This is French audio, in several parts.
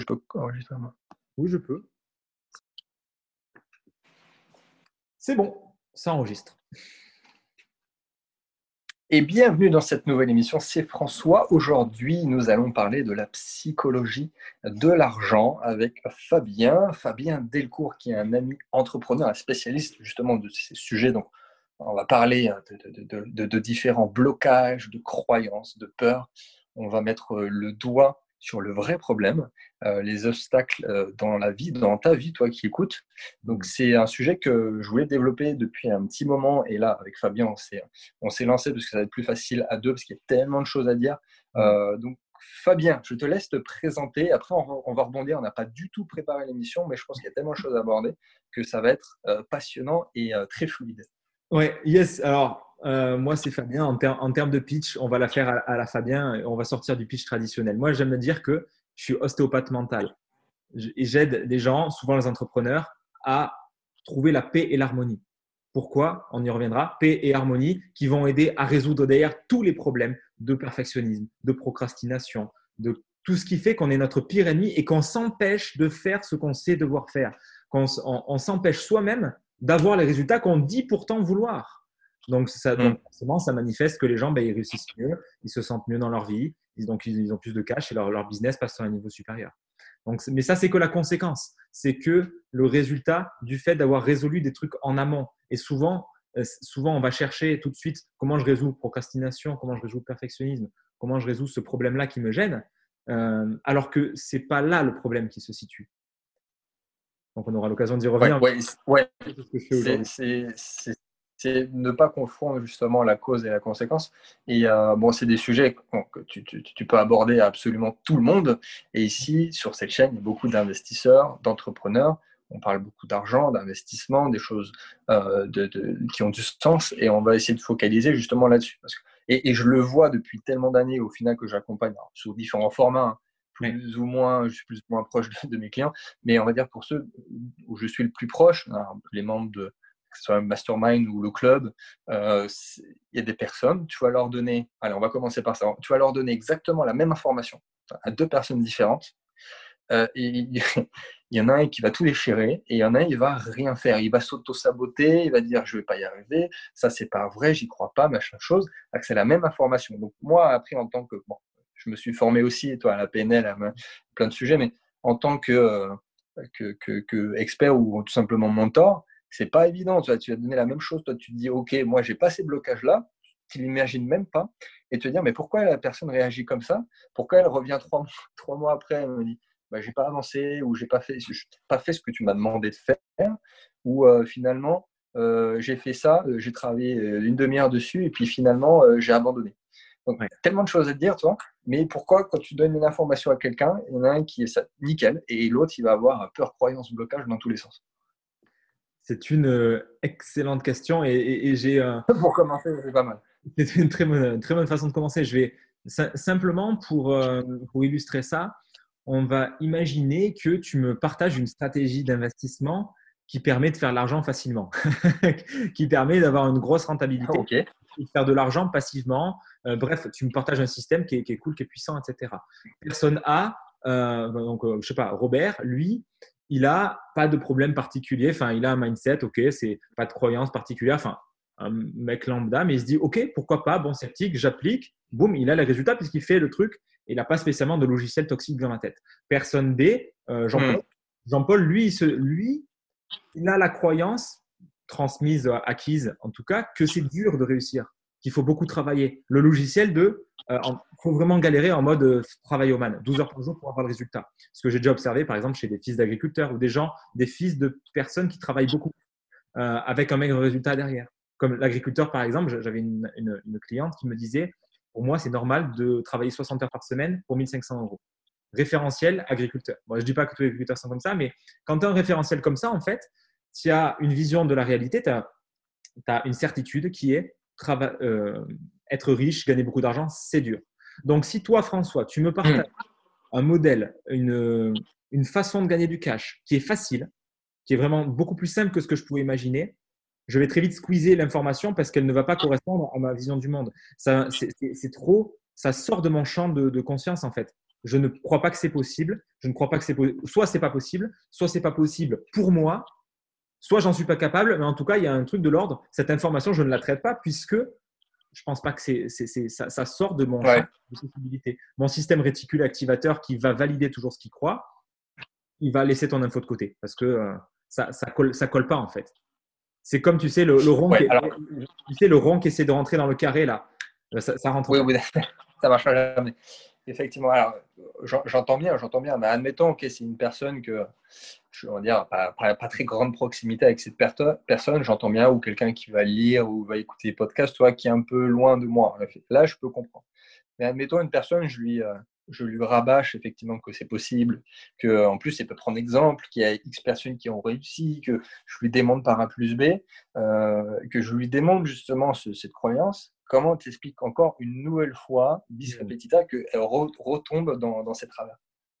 Je peux enregistrer moi. Oui, je peux. C'est bon, ça enregistre. Et bienvenue dans cette nouvelle émission, c'est François. Aujourd'hui, nous allons parler de la psychologie de l'argent avec Fabien Delcourt, qui est un ami entrepreneur, un spécialiste justement de ces sujets. Donc, on va parler de différents blocages, de croyances, de peurs. On va mettre le doigt sur le vrai problème, les obstacles dans la vie, dans ta vie, toi qui écoutes. Donc, c'est un sujet que je voulais développer depuis un petit moment. Et là, avec Fabien, on s'est lancé parce que ça va être plus facile à deux, parce qu'il y a tellement de choses à dire. Donc, Fabien, je te laisse te présenter. Après, on va rebondir. On n'a pas du tout préparé l'émission, mais je pense qu'il y a tellement de choses à aborder que ça va être passionnant et très fluide. Ouais, yes. Alors, moi, c'est Fabien. En termes de pitch, on va la faire à la Fabien et on va sortir du pitch traditionnel. Moi, j'aime me dire que je suis ostéopathe mental et j'aide les gens, souvent les entrepreneurs, à trouver la paix et l'harmonie. Pourquoi? On y reviendra. Paix et harmonie qui vont aider à résoudre d'ailleurs tous les problèmes de perfectionnisme, de procrastination, de tout ce qui fait qu'on est notre pire ennemi et qu'on s'empêche de faire ce qu'on sait devoir faire. On s'empêche soi-même d'avoir les résultats qu'on dit pourtant vouloir. Donc forcément, ça manifeste que les gens, ils réussissent mieux, ils se sentent mieux dans leur vie, donc ils ont plus de cash et leur business passe à un niveau supérieur. Donc, mais ça, c'est que la conséquence. C'est que le résultat du fait d'avoir résolu des trucs en amont. Et souvent, on va chercher tout de suite comment je résous procrastination, comment je résous perfectionnisme, comment je résous ce problème-là qui me gêne, alors que ce n'est pas là le problème qui se situe. Donc, on aura l'occasion d'y revenir. Ouais. C'est ne pas confondre justement la cause et la conséquence. Et c'est des sujets que tu peux aborder à absolument tout le monde. Et ici, sur cette chaîne, il y a beaucoup d'investisseurs, d'entrepreneurs. On parle beaucoup d'argent, d'investissement, des choses qui ont du sens. Et on va essayer de focaliser justement là-dessus. Et je le vois depuis tellement d'années au final que j'accompagne sur différents formats. Je suis plus ou moins proche de mes clients, mais on va dire pour ceux où je suis le plus proche, les membres de que ce soit un mastermind ou le club, il y a des personnes, tu vas leur donner, allez, on va commencer par ça, tu vas leur donner exactement la même information à deux personnes différentes, et il y en a un qui va tout déchirer, et il y en a un, il va rien faire, il va s'auto-saboter, il va dire je vais pas y arriver, ça c'est pas vrai, j'y crois pas, machin chose, c'est la même information. Donc moi, après, en tant que, je me suis formé aussi, toi, à la PNL, à plein de sujets, mais en tant que expert ou tout simplement mentor, c'est pas évident. Tu vas donner la même chose. Toi, tu te dis, OK, moi, j'ai pas ces blocages-là. Tu l'imagines même pas. Et te dire, mais pourquoi la personne réagit comme ça? Pourquoi elle revient 3 mois après, elle me dit, j'ai pas avancé ou j'ai pas fait ce que tu m'as demandé de faire. Ou finalement, j'ai fait ça, j'ai travaillé une demi-heure dessus et puis finalement, j'ai abandonné. Donc, tellement de choses à te dire, toi. Mais pourquoi, quand tu donnes une information à quelqu'un, il y en a un qui est ça, nickel, et l'autre, il va avoir peur, croyance, blocage dans tous les sens? C'est une excellente question et j'ai Pour commencer, c'est pas mal. c'est une très bonne façon de commencer. Je vais simplement pour illustrer ça, on va imaginer que tu me partages une stratégie d'investissement qui permet de faire de l'argent facilement, qui permet d'avoir une grosse rentabilité, OK. de faire de l'argent passivement. Bref, tu me partages un système qui est cool, qui est puissant, etc. Personne A, je sais pas, Robert, lui, il a pas de problème particulier. Enfin, il a un mindset, ok, c'est pas de croyance particulière. Enfin, un mec lambda, mais il se dit, ok, pourquoi pas, bon sceptique, j'applique, boum, il a les résultats puisqu'il fait le truc. Il n'a pas spécialement de logiciel toxique dans la tête. Personne B, Jean-Paul. Jean-Paul, lui, il a la croyance transmise, acquise en tout cas, que c'est dur de réussir, qu'il faut beaucoup travailler. Le logiciel il faut vraiment galérer en mode travail au man, 12 heures par jour pour avoir le résultat. Ce que j'ai déjà observé, par exemple, chez des fils d'agriculteurs ou des fils de personnes qui travaillent beaucoup avec un maigre résultat derrière. Comme l'agriculteur, par exemple, j'avais une cliente qui me disait, pour moi, c'est normal de travailler 60 heures par semaine pour 1 500 €. Référentiel agriculteur. Bon, je ne dis pas que tous les agriculteurs sont comme ça, mais quand tu as un référentiel comme ça, en fait, tu as une vision de la réalité, tu as une certitude qui est être riche, gagner beaucoup d'argent, c'est dur. Donc, si toi, François, tu me partages un modèle, une façon de gagner du cash qui est facile, qui est vraiment beaucoup plus simple que ce que je pouvais imaginer, je vais très vite squeezer l'information parce qu'elle ne va pas correspondre à ma vision du monde. C'est trop, ça sort de mon champ de conscience en fait. Je ne crois pas que c'est possible. Je ne crois pas que soit c'est pas possible, soit c'est pas possible pour moi, soit j'en suis pas capable. Mais en tout cas, il y a un truc de l'ordre. Cette information, je ne la traite pas puisque je pense pas que ça sort de mon champ Ouais. de possibilité. Mon système réticule activateur qui va valider toujours ce qu'il croit, il va laisser ton info de côté parce que ça colle pas en fait. C'est comme tu sais le rond Ouais. Alors, le rond qui essaie de rentrer dans le carré là, ça rentre oui, pas. oui, ça marche jamais. Effectivement, alors, j'entends bien, mais admettons que c'est une personne que je veux dire, pas très grande proximité avec cette personne, j'entends bien, ou quelqu'un qui va lire ou va écouter des podcasts, toi, qui est un peu loin de moi. Là, je peux comprendre. Mais admettons une personne, je lui rabâche effectivement que c'est possible, que en plus, il peut prendre exemple, qu'il y a X personnes qui ont réussi, que je lui démontre par A plus B, que je lui démontre justement cette croyance. Comment tu expliques encore une nouvelle fois, bis repetita, qu'elle retombe dans ses travers?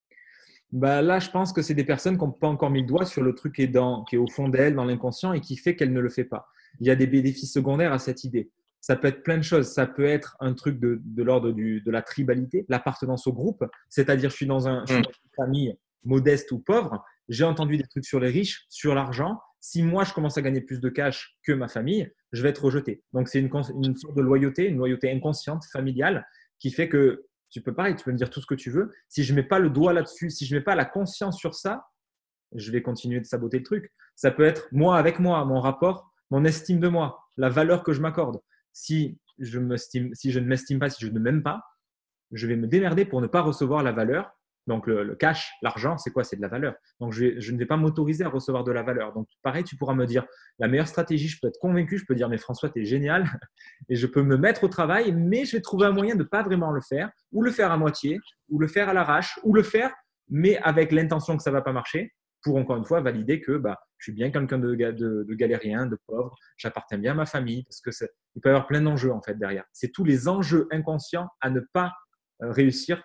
Bah là, je pense que c'est des personnes qui n'ont pas encore mis le doigt sur le truc qui est au fond d'elles, dans l'inconscient, et qui fait qu'elles ne le fait pas. Il y a des bénéfices secondaires à cette idée. Ça peut être plein de choses. Ça peut être un truc de l'ordre de la tribalité, l'appartenance au groupe. C'est-à-dire, je suis dans une famille modeste ou pauvre. J'ai entendu des trucs sur les riches, sur l'argent. Si moi, je commence à gagner plus de cash que ma famille, je vais être rejeté. Donc, c'est une sorte de loyauté, une loyauté inconsciente, familiale, qui fait que tu peux me dire tout ce que tu veux. Si je ne mets pas le doigt là-dessus, si je ne mets pas la conscience sur ça, je vais continuer de saboter le truc. Ça peut être moi avec moi, mon rapport, mon estime de moi, la valeur que je m'accorde. Si je ne m'estime pas, si je ne m'aime pas, je vais me démerder pour ne pas recevoir la valeur. Donc, le cash, l'argent, c'est quoi? C'est de la valeur. Donc, je ne vais pas m'autoriser à recevoir de la valeur. Donc, pareil, tu pourras me dire la meilleure stratégie, je peux être convaincu, je peux dire, mais François, tu es génial. Et je peux me mettre au travail, mais je vais trouver un moyen de ne pas vraiment le faire, ou le faire à moitié, ou le faire à l'arrache, ou le faire, mais avec l'intention que ça ne va pas marcher, pour encore une fois valider que je suis bien quelqu'un de galérien, de pauvre, j'appartiens bien à ma famille, parce que il peut y avoir plein d'enjeux en fait derrière. C'est tous les enjeux inconscients à ne pas réussir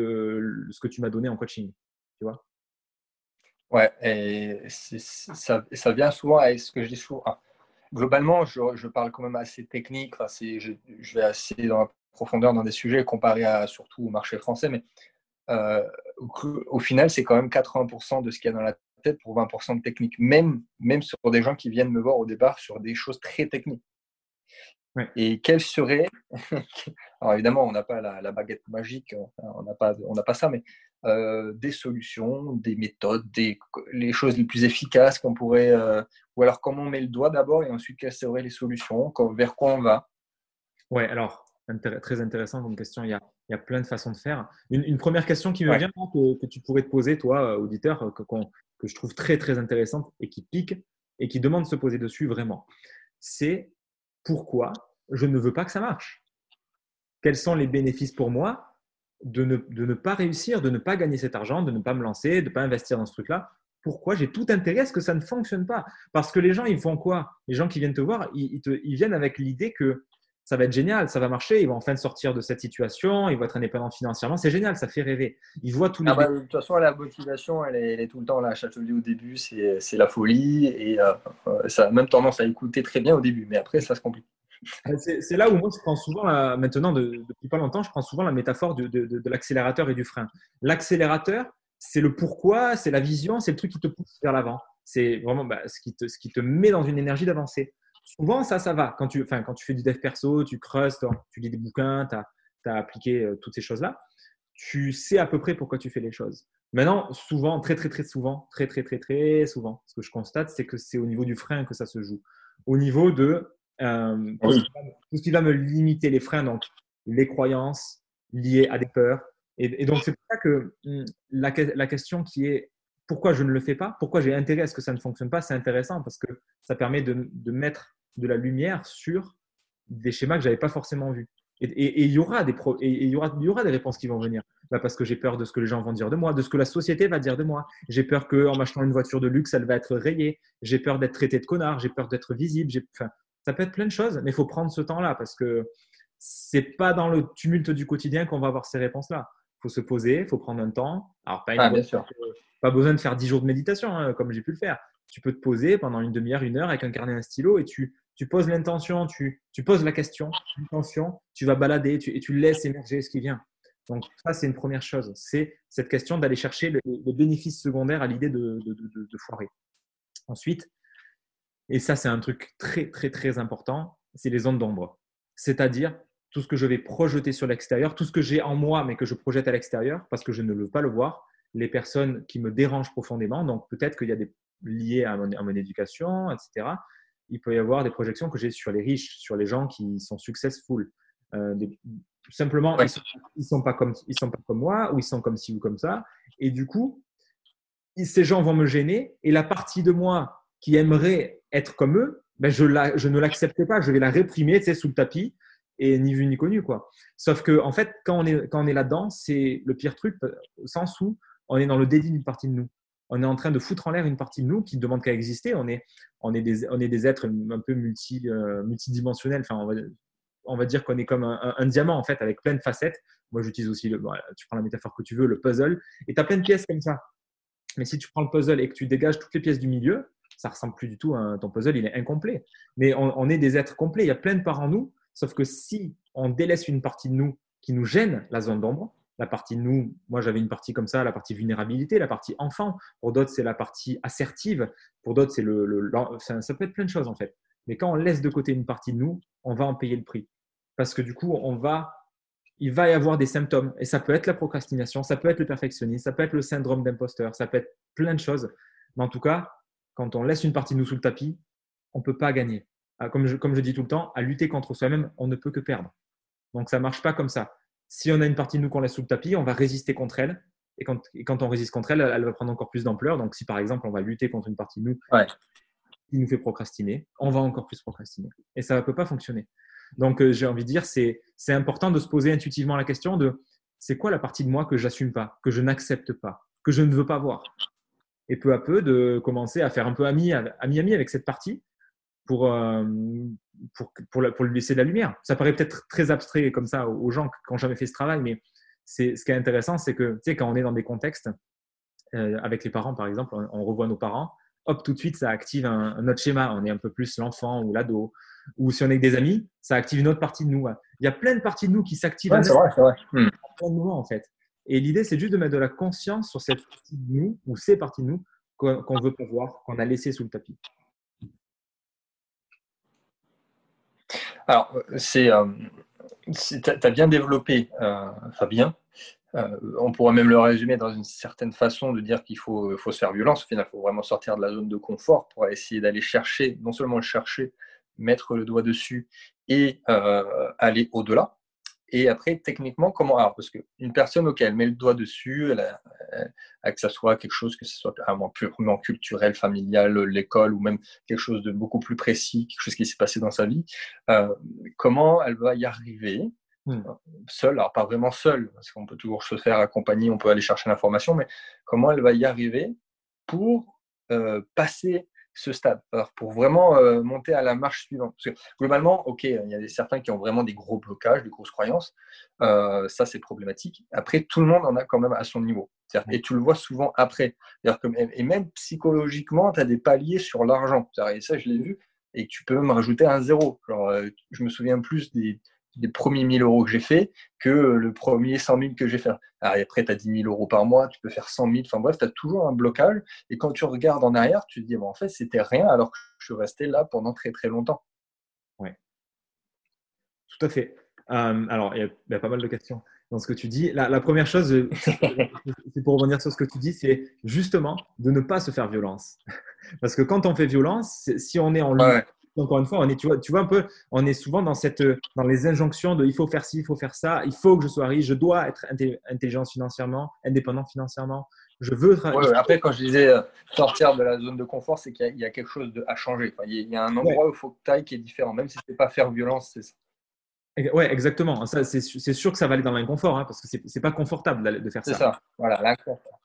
ce que tu m'as donné en coaching. Tu vois? Ouais, et ça vient souvent avec ce que je dis souvent. Globalement, je parle quand même assez technique. Enfin, je vais assez dans la profondeur dans des sujets comparés surtout au marché français, mais au final, c'est quand même 80% de ce qu'il y a dans la tête pour 20% de technique, même sur des gens qui viennent me voir au départ sur des choses très techniques. Ouais. Et quelle serait, alors évidemment, on n'a pas la baguette magique, on n'a pas ça, mais des solutions, des méthodes, les choses les plus efficaces qu'on pourrait, ou alors comment on met le doigt d'abord et ensuite quelles seraient les solutions, vers quoi on va. Ouais, alors, très intéressant comme question. Il y a plein de façons de faire. Une première question qui me Ouais. vient, que tu pourrais te poser, toi, auditeur, que je trouve très, très intéressante et qui pique et qui demande de se poser dessus vraiment, c'est pourquoi je ne veux pas que ça marche? Quels sont les bénéfices pour moi de ne pas réussir, de ne pas gagner cet argent, de ne pas me lancer, de ne pas investir dans ce truc-là? Pourquoi j'ai tout intérêt à ce que ça ne fonctionne pas? Parce que les gens, ils font quoi? Les gens qui viennent te voir, ils viennent avec l'idée que ça va être génial, ça va marcher, ils vont enfin sortir de cette situation, ils vont être indépendants financièrement. C'est génial, ça fait rêver. Ils voient tous les De toute façon, la motivation, elle est tout le temps là. Châtelier au début, c'est la folie et ça a même tendance à écouter très bien au début, mais après, ça se complique. C'est là où moi je prends souvent, maintenant depuis pas longtemps, je prends souvent la métaphore de l'accélérateur et du frein. L'accélérateur, c'est le pourquoi, c'est la vision, c'est le truc qui te pousse vers l'avant. C'est vraiment ce qui te met dans une énergie d'avancer. Souvent, ça va. Quand tu fais du dev perso, tu creuses, tu lis des bouquins, tu as appliqué toutes ces choses-là, tu sais à peu près pourquoi tu fais les choses. Maintenant, souvent, très, très, très souvent, très, très, très, très souvent, ce que je constate, c'est que c'est au niveau du frein que ça se joue. Au niveau de tout ce Oui. qui va, tout ce qui va me limiter les freins, donc les croyances liées à des peurs. Et donc, c'est pour ça que la question qui est pourquoi je ne le fais pas, pourquoi j'ai intérêt à ce que ça ne fonctionne pas, c'est intéressant parce que ça permet de mettre de la lumière sur des schémas que je n'avais pas forcément vus. Et il y aura il y aura des réponses qui vont venir. Parce que j'ai peur de ce que les gens vont dire de moi, de ce que la société va dire de moi. J'ai peur qu'en m'achetant une voiture de luxe, elle va être rayée. J'ai peur d'être traité de connard. J'ai peur d'être visible. Ça peut être plein de choses, mais il faut prendre ce temps-là parce que c'est pas dans le tumulte du quotidien qu'on va avoir ces réponses-là. Il faut se poser, il faut prendre un temps. Alors, Bien sûr. pas besoin de faire 10 jours de méditation, hein, comme j'ai pu le faire. Tu peux te poser pendant une demi-heure, une heure avec un carnet et un stylo et tu poses l'intention, tu poses la question, l'intention, tu vas balader et tu laisses émerger ce qui vient. Donc, ça, c'est une première chose. C'est cette question d'aller chercher les bénéfices secondaires à l'idée de foirer. Ensuite, et ça, c'est un truc très, très, très important, c'est les zones d'ombre. C'est-à-dire tout ce que je vais projeter sur l'extérieur, tout ce que j'ai en moi, mais que je projette à l'extérieur parce que je ne veux pas le voir, les personnes qui me dérangent profondément. Donc, peut-être qu'il y a des liés à mon éducation, etc. Il peut y avoir des projections que j'ai sur les riches, sur les gens qui sont successful. Simplement, Ouais. ils sont pas comme moi, ou ils sont comme ci ou comme ça. Et du coup, ces gens vont me gêner. Et la partie de moi qui aimerait être comme eux, ben je ne l'accepte pas. Je vais la réprimer, tu sais, sous le tapis, et ni vu ni connu, quoi. Sauf que, en fait, quand on est là-dedans, c'est le pire truc, au sens où on est dans le déni d'une partie de nous. On est en train de foutre en l'air une partie de nous qui ne demande qu'à exister. On est des êtres un peu multidimensionnels. Enfin, on va dire qu'on est comme un diamant, en fait, avec plein de facettes. Moi, j'utilise aussi, tu prends la métaphore que tu veux, le puzzle, et tu as plein de pièces comme ça. Mais si tu prends le puzzle et que tu dégages toutes les pièces du milieu, ça ressemble plus du tout à ton puzzle, il est incomplet. Mais on est des êtres complets, il y a plein de parts en nous, sauf que si on délaisse une partie de nous qui nous gêne, la zone d'ombre, la partie de nous, moi j'avais une partie comme ça, la partie vulnérabilité, la partie enfant, pour d'autres c'est la partie assertive, pour d'autres c'est ça peut être plein de choses en fait. Mais quand on laisse de côté une partie de nous, on va en payer le prix. Parce que du coup, il va y avoir des symptômes. Et ça peut être la procrastination, ça peut être le perfectionnisme, ça peut être le syndrome d'imposteur, ça peut être plein de choses. Mais en tout cas, quand on laisse une partie de nous sous le tapis, on ne peut pas gagner. Comme je dis tout le temps, à lutter contre soi-même, on ne peut que perdre. Donc, ça ne marche pas comme ça. Si on a une partie de nous qu'on laisse sous le tapis, on va résister contre elle. Et quand on résiste contre elle, elle va prendre encore plus d'ampleur. Donc, si par exemple, on va lutter contre une partie de nous qui nous fait procrastiner, on va encore plus procrastiner. Et ça ne peut pas fonctionner. Donc, j'ai envie de dire, c'est important de se poser intuitivement la question de c'est quoi la partie de moi que j'assume pas, que je n'accepte pas, que je ne veux pas voir. Et peu à peu, de commencer à faire un peu ami avec cette partie pour lui laisser de la lumière. Ça paraît peut-être très abstrait comme ça aux gens qui n'ont jamais fait ce travail, mais ce qui est intéressant, c'est que tu sais, quand on est dans des contextes, avec les parents, par exemple, on revoit nos parents, hop, tout de suite, ça active un autre schéma. On est un peu plus l'enfant ou l'ado. Ou si on est avec des amis, ça active une autre partie de nous. Il y a plein de parties de nous qui s'activent Ouais, c'est vrai, c'est vrai. à plein de moments, en fait. Et l'idée, c'est juste de mettre de la conscience sur cette partie de nous, ou ces parties de nous, qu'on veut pas voir, qu'on a laissé sous le tapis. Alors, tu as bien développé, Fabien. On pourrait même le résumer dans une certaine façon de dire qu'il faut se faire violence. Au final, il faut vraiment sortir de la zone de confort pour essayer d'aller chercher, non seulement le chercher, mettre le doigt dessus et aller au-delà. Et après, techniquement, comment. Alors, parce qu'une personne, ok, elle met le doigt dessus, que ça soit quelque chose, que ce soit vraiment purement culturel, familial, l'école, ou même quelque chose de beaucoup plus précis, quelque chose qui s'est passé dans sa vie, comment elle va y arriver seule, alors pas vraiment seule, parce qu'on peut toujours se faire accompagner, on peut aller chercher l'information, mais comment elle va y arriver pour passer ce stade, alors pour vraiment monter à la marche suivante. Parce que globalement, ok, il y a certains qui ont vraiment des gros blocages, des grosses croyances, ça c'est problématique. Après, tout le monde en a quand même à son niveau. Et tu le vois souvent après. Et même psychologiquement, tu as des paliers sur l'argent. Et ça, je l'ai vu, et tu peux même rajouter un zéro. Genre, je me souviens plus des premiers 1000 euros que j'ai fait que le premier 100 000 que j'ai fait. Alors, après, tu as 10 000 euros par mois, tu peux faire 100 000. Enfin bref, tu as toujours un blocage. Et quand tu regardes en arrière, tu te dis, bon, en fait, c'était rien alors que je suis resté là pendant très, très longtemps. Oui, tout à fait. Alors, il y a pas mal de questions dans ce que tu dis. La première chose, c'est pour revenir sur ce que tu dis, c'est justement de ne pas se faire violence. Parce que quand on fait violence, si on est en lutte, encore une fois, tu vois un peu, on est souvent dans les injonctions de il faut faire ci, il faut faire ça, il faut que je sois riche, je dois être intelligent financièrement, indépendant financièrement, je veux travailler. Après, quand je disais sortir de la zone de confort, c'est qu'il y a quelque chose à changer. Enfin, il y a un endroit où il faut que tu ailles qui est différent, même si ce n'est pas faire violence, c'est ça. Ouais, exactement. Ça, c'est sûr que ça va aller dans l'inconfort, hein, parce que c'est pas confortable de faire ça. C'est ça, voilà, l'inconfort.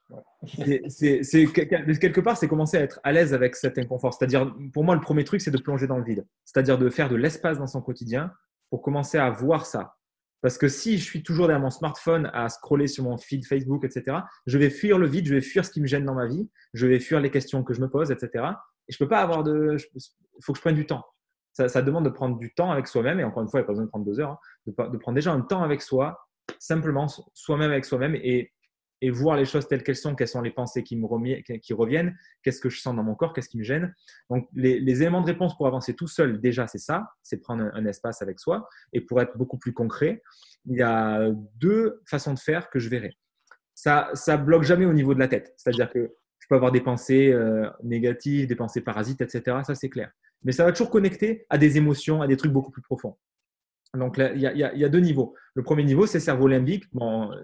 Quelque part, c'est commencer à être à l'aise avec cet inconfort. C'est-à-dire, pour moi, le premier truc, c'est de plonger dans le vide. C'est-à-dire de faire de l'espace dans son quotidien pour commencer à voir ça. Parce que si je suis toujours derrière mon smartphone à scroller sur mon feed Facebook, etc., je vais fuir le vide, je vais fuir ce qui me gêne dans ma vie, je vais fuir les questions que je me pose, etc. Et je peux pas avoir il faut que je prenne du temps. Ça demande de prendre du temps avec soi-même. Et encore une fois, il n'y a pas besoin de prendre 2 heures, hein, de prendre déjà un temps avec soi simplement soi-même avec soi-même et voir les choses telles qu'elles sont, quelles sont les pensées qui reviennent, qu'est-ce que je sens dans mon corps, qu'est-ce qui me gêne. Donc, les éléments de réponse pour avancer tout seul, déjà, c'est ça, c'est prendre un espace avec soi. Et pour être beaucoup plus concret, il y a 2 façons de faire que je verrai. Ça bloque jamais au niveau de la tête. C'est-à-dire que je peux avoir des pensées négatives, des pensées parasites, etc. Ça, c'est clair. Mais ça va toujours connecter à des émotions, à des trucs beaucoup plus profonds. Donc, là, il y a 2 niveaux. Le premier niveau, c'est cerveau limbique. Bon,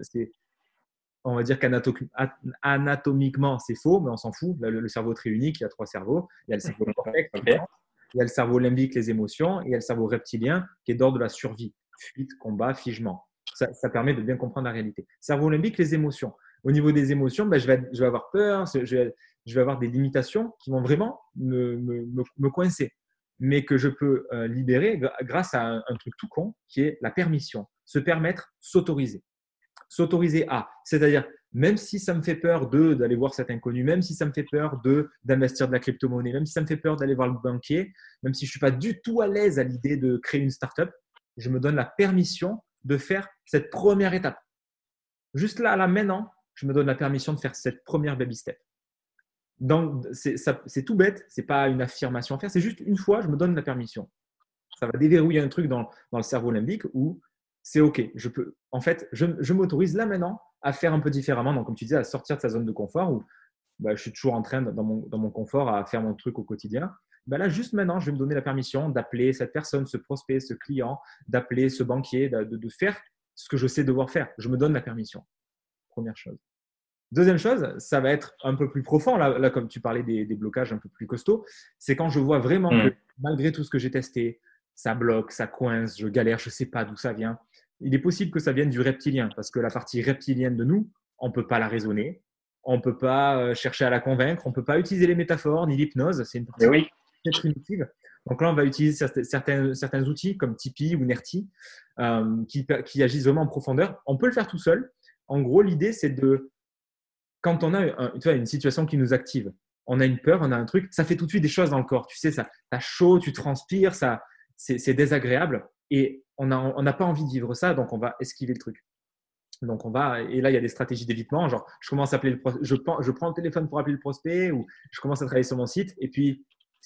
on va dire qu'anatomiquement, c'est faux, mais on s'en fout. Le cerveau est très unique, il y a 3 cerveaux. Il y a le cerveau cortex, Ok. il y a le cerveau limbique, les émotions, et il y a le cerveau reptilien qui est d'ordre de la survie, fuite, combat, figement. Ça permet de bien comprendre la réalité. Cerveau limbique, les émotions. Au niveau des émotions, ben, je vais avoir peur, je vais avoir des limitations qui vont vraiment me coincer, mais que je peux libérer grâce à un truc tout con qui est la permission. Se permettre, s'autoriser. S'autoriser à, c'est-à-dire même si ça me fait peur d'aller voir cet inconnu, même si ça me fait peur d'investir de la crypto-monnaie, même si ça me fait peur d'aller voir le banquier, même si je ne suis pas du tout à l'aise à l'idée de créer une start-up, je me donne la permission de faire cette première étape. Juste là maintenant, je me donne la permission de faire cette première baby step. Donc, c'est tout bête, ce n'est pas une affirmation à faire, c'est juste une fois, je me donne la permission. Ça va déverrouiller un truc dans le cerveau limbique où c'est OK. En fait, je m'autorise là maintenant à faire un peu différemment. Donc, comme tu disais, à sortir de sa zone de confort où bah, je suis toujours en train, dans mon confort, à faire mon truc au quotidien. Bah, là, juste maintenant, je vais me donner la permission d'appeler cette personne, ce prospect, ce client, d'appeler ce banquier, de faire ce que je sais devoir faire. Je me donne la permission. Première chose. Deuxième chose, ça va être un peu plus profond. Là comme tu parlais des blocages un peu plus costauds, c'est quand je vois vraiment que malgré tout ce que j'ai testé, ça bloque, ça coince, je galère, je ne sais pas d'où ça vient. Il est possible que ça vienne du reptilien parce que la partie reptilienne de nous, on ne peut pas la raisonner, on ne peut pas chercher à la convaincre, on ne peut pas utiliser les métaphores ni l'hypnose. C'est une partie très primitive. Donc là, on va utiliser certains outils comme Tipeee ou Nerti qui agissent vraiment en profondeur. On peut le faire tout seul. En gros, l'idée, c'est quand on a une situation qui nous active, on a une peur, on a un truc, ça fait tout de suite des choses dans le corps. Tu sais, ça, t'as chaud, tu transpires, c'est désagréable et on n'a pas envie de vivre ça, donc on va esquiver le truc. Donc et là il y a des stratégies d'évitement, genre je commence à appeler je prends le téléphone pour appeler le prospect ou je commence à travailler sur mon site et puis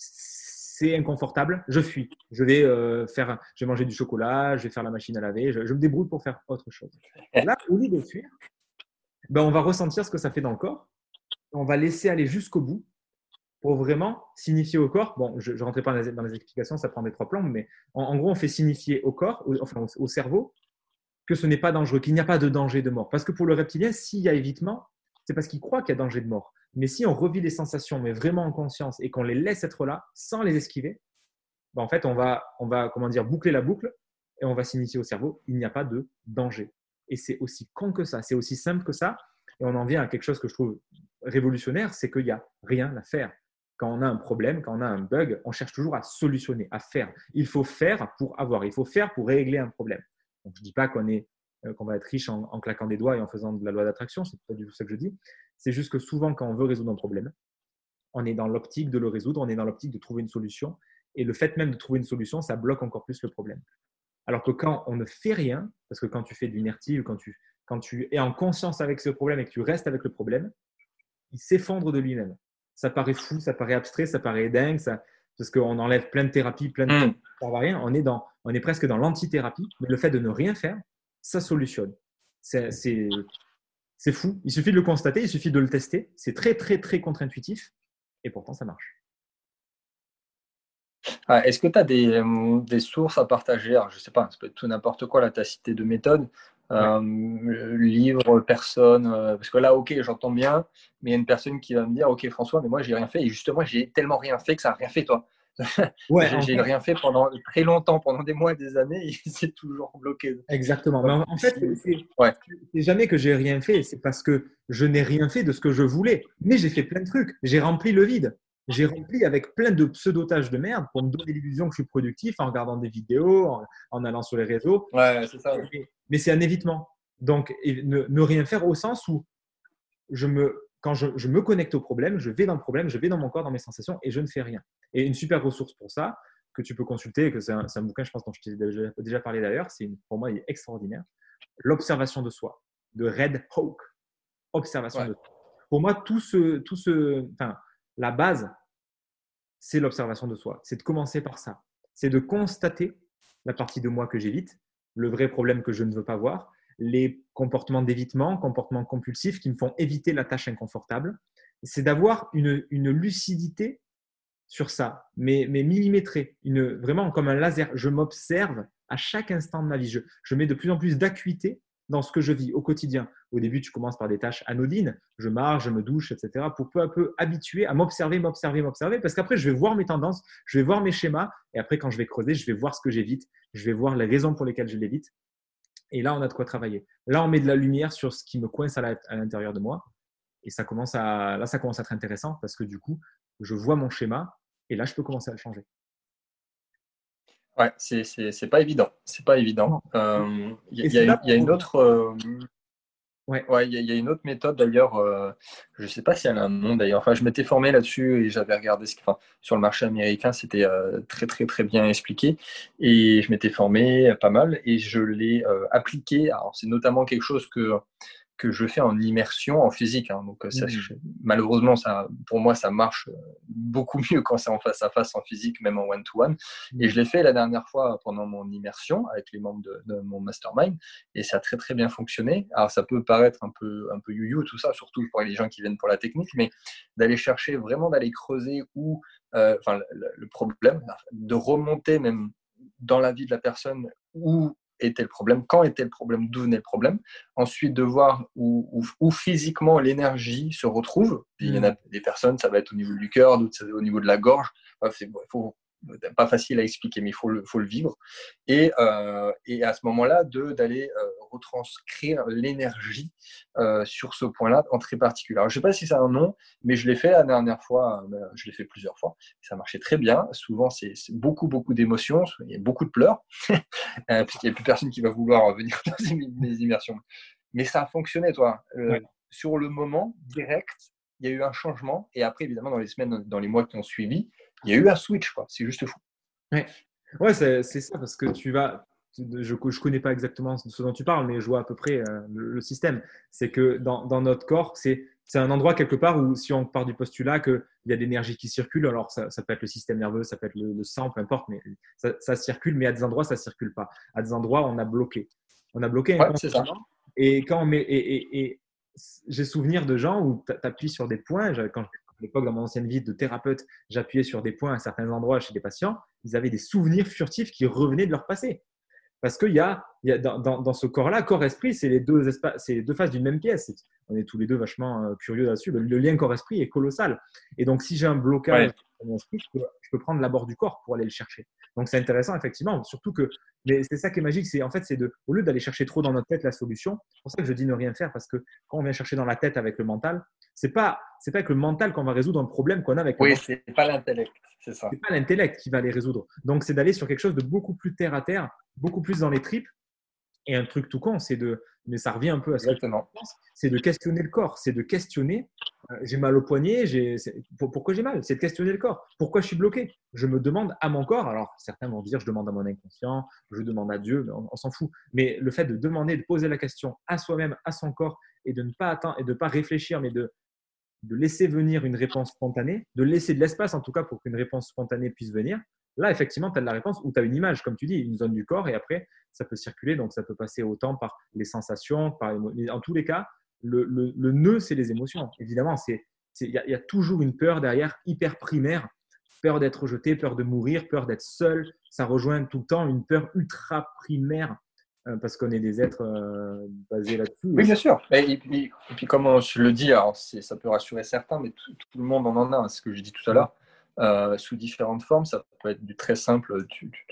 c'est inconfortable, je fuis. Je vais manger du chocolat, je vais faire la machine à laver, je me débrouille pour faire autre chose. Là, au lieu de fuir, ben, on va ressentir ce que ça fait dans le corps. On va laisser aller jusqu'au bout pour vraiment signifier au corps. Bon, je ne rentrerai pas dans les explications, ça prend des 3 plombes, mais en gros, on fait signifier au corps, au cerveau, que ce n'est pas dangereux, qu'il n'y a pas de danger de mort. Parce que pour le reptilien, s'il y a évitement, c'est parce qu'il croit qu'il y a danger de mort. Mais si on revit les sensations, mais vraiment en conscience, et qu'on les laisse être là, sans les esquiver, ben en fait, on va boucler la boucle et on va signifier au cerveau, il n'y a pas de danger. Et c'est aussi con que ça, c'est aussi simple que ça. Et on en vient à quelque chose que je trouve révolutionnaire, c'est qu'il n'y a rien à faire. Quand on a un problème, quand on a un bug, on cherche toujours à solutionner, à faire. Il faut faire pour avoir, il faut faire pour régler un problème. Donc, je ne dis pas qu'on va être riche en claquant des doigts et en faisant de la loi d'attraction, c'est pas du tout ça que je dis. C'est juste que souvent, quand on veut résoudre un problème, on est dans l'optique de le résoudre, on est dans l'optique de trouver une solution. Et le fait même de trouver une solution, ça bloque encore plus le problème. Alors que quand on ne fait rien, parce que quand tu fais de l'inertie, quand tu es en conscience avec ce problème et que tu restes avec le problème, il s'effondre de lui-même. Ça paraît fou, ça paraît abstrait, ça paraît dingue, parce qu'on enlève plein de thérapies, plein de temps, ça ne va rien. On est presque dans l'antithérapie, mais le fait de ne rien faire, ça solutionne. C'est fou. Il suffit de le constater, il suffit de le tester. C'est très, très, très contre-intuitif, et pourtant ça marche. Est-ce que tu as des sources à partager? Alors, je ne sais pas, ça peut être tout n'importe quoi. Là, tu as cité de méthodes, livres, personnes. Parce que là, ok, j'entends bien, mais il y a une personne qui va me dire, ok, François, mais moi, j'ai rien fait. Et justement, j'ai tellement rien fait que ça n'a rien fait, toi. J'ai rien fait pendant très longtemps, pendant des mois et des années, et c'est toujours bloqué. Exactement. Donc, Mais en fait, c'est jamais que j'ai rien fait, c'est parce que je n'ai rien fait de ce que je voulais. Mais j'ai fait plein de trucs. J'ai rempli le vide. J'ai rempli avec plein de pseudo-tâches de merde pour me donner l'illusion que je suis productif en regardant des vidéos, en allant sur les réseaux. Ouais, c'est ça. Mais c'est un évitement. Donc, ne rien faire au sens où quand je me connecte au problème, je vais dans le problème, je vais dans mon corps, dans mes sensations et je ne fais rien. Et une super ressource pour ça, que tu peux consulter, que c'est un bouquin, je pense, dont je t'ai déjà parlé d'ailleurs, pour moi, il est extraordinaire. l'observation de soi, de Red Hawk, observation Ouais. de soi. Pour moi, enfin, la base, c'est l'observation de soi. C'est de commencer par ça. C'est de constater la partie de moi que j'évite, le vrai problème que je ne veux pas voir, les comportements d'évitement, comportements compulsifs qui me font éviter la tâche inconfortable. C'est d'avoir une lucidité sur ça, mais millimétrée, vraiment comme un laser. Je m'observe à chaque instant de ma vie. Je mets de plus en plus d'acuité dans ce que je vis au quotidien. Au début, tu commences par des tâches anodines. Je marche, je me douche, etc. Pour peu à peu habituer à m'observer, parce qu'après, je vais voir mes tendances, je vais voir mes schémas. Et après, quand je vais creuser, je vais voir ce que j'évite. Je vais voir les raisons pour lesquelles je l'évite. Et là, on a de quoi travailler. Là, on met de la lumière sur ce qui me coince à l'intérieur de moi. Et ça commence à être intéressant parce que du coup, je vois mon schéma et là, je peux commencer à le changer. Ouais, c'est pas évident. C'est pas évident. Et c'est là Il y a une autre. ouais. Ouais, il y a une autre méthode d'ailleurs. Je sais pas si elle a un nom d'ailleurs. Enfin, je m'étais formé là-dessus et j'avais regardé enfin, sur le marché américain, c'était très très très bien expliqué. Et je m'étais formé pas mal et je l'ai appliqué. Alors, c'est notamment quelque chose que je fais en immersion, en physique. Hein. Donc, malheureusement, ça, pour moi, ça marche beaucoup mieux quand c'est en face à face, en physique, même en one-to-one. Et je l'ai fait la dernière fois pendant mon immersion avec les membres de mon mastermind. Et ça a très, très bien fonctionné. Alors, ça peut paraître un peu you-you, tout ça, surtout pour les gens qui viennent pour la technique, mais d'aller chercher, vraiment d'aller creuser où, le problème, de remonter même dans la vie de la personne où était le problème, quand était le problème, d'où venait le problème. Ensuite, de voir où physiquement l'énergie se retrouve. Il y en a des personnes, ça va être au niveau du cœur, d'autres, ça va être au niveau de la gorge. Enfin, c'est pas facile à expliquer, mais il faut le vivre. Et à ce moment-là, d'aller retranscrire l'énergie sur ce point-là en très particulier. Alors, je ne sais pas si ça a un nom, mais je l'ai fait la dernière fois, je l'ai fait plusieurs fois. Ça marchait très bien. Souvent, c'est beaucoup, beaucoup d'émotions, il y a beaucoup de pleurs, puisqu'il n'y a plus personne qui va vouloir venir dans mes immersions. Mais ça a fonctionné, toi. Ouais. Sur le moment, direct, il y a eu un changement. Et après, évidemment, dans les semaines, dans les mois qui ont suivi, il y a eu un switch, quoi. C'est juste fou. Ouais, c'est ça, parce que je connais pas exactement ce dont tu parles, mais je vois à peu près le système. C'est que dans notre corps, c'est un endroit quelque part où, si on part du postulat qu'il y a de l'énergie qui circule, alors ça peut être le système nerveux, ça peut être le sang, peu importe, mais ça circule, mais à des endroits, ça circule pas. À des endroits, on a bloqué. On a bloqué Ouais, c'est ça. inconsciemment. Et quand on met, et j'ai souvenir de gens où tu appuies sur des points. À l'époque, dans mon ancienne vie de thérapeute, j'appuyais sur des points à certains endroits chez des patients. Ils avaient des souvenirs furtifs qui revenaient de leur passé. Parce qu'il y a dans ce corps-là, corps-esprit, c'est les deux faces d'une même pièce. On est tous les deux vachement curieux là-dessus. Le lien corps-esprit est colossal. Et donc, si j'ai un blocage dans mon esprit, je peux prendre l'abord du corps pour aller le chercher. Donc, c'est intéressant, effectivement. Surtout que, mais c'est ça qui est magique, au lieu d'aller chercher trop dans notre tête la solution, c'est pour ça que je dis ne rien faire, parce que quand on vient chercher dans la tête avec le mental, c'est pas avec le mental qu'on va résoudre un problème qu'on a avec le mental. Oui, c'est pas l'intellect, c'est ça. C'est pas l'intellect qui va les résoudre. Donc, c'est d'aller sur quelque chose de beaucoup plus terre à terre, beaucoup plus dans les tripes. Et un truc tout con, mais ça revient un peu à ce que tu penses, c'est de questionner le corps, c'est de questionner, j'ai mal au poignet, pourquoi j'ai mal? C'est de questionner le corps. Pourquoi je suis bloqué? Je me demande à mon corps, alors certains vont dire je demande à mon inconscient, je demande à Dieu, mais on s'en fout. Mais le fait de demander, de poser la question à soi-même, à son corps, et de ne pas attendre, et de ne pas réfléchir, mais de laisser venir une réponse spontanée, de laisser de l'espace en tout cas pour qu'une réponse spontanée puisse venir. Là, effectivement, tu as de la réponse ou tu as une image, comme tu dis, une zone du corps, et après, ça peut circuler. Donc, ça peut passer autant par les sensations, en tous les cas, le nœud, c'est les émotions. Évidemment, il y a toujours une peur derrière, hyper primaire, peur d'être rejeté, peur de mourir, peur d'être seul. Ça rejoint tout le temps une peur ultra primaire parce qu'on est des êtres basés là-dessus. Oui, bien sûr. Et puis comme je le dis, alors ça peut rassurer certains, mais tout le monde en a, ce que j'ai dit tout à l'heure, sous différentes formes. Ça peut être du très simple,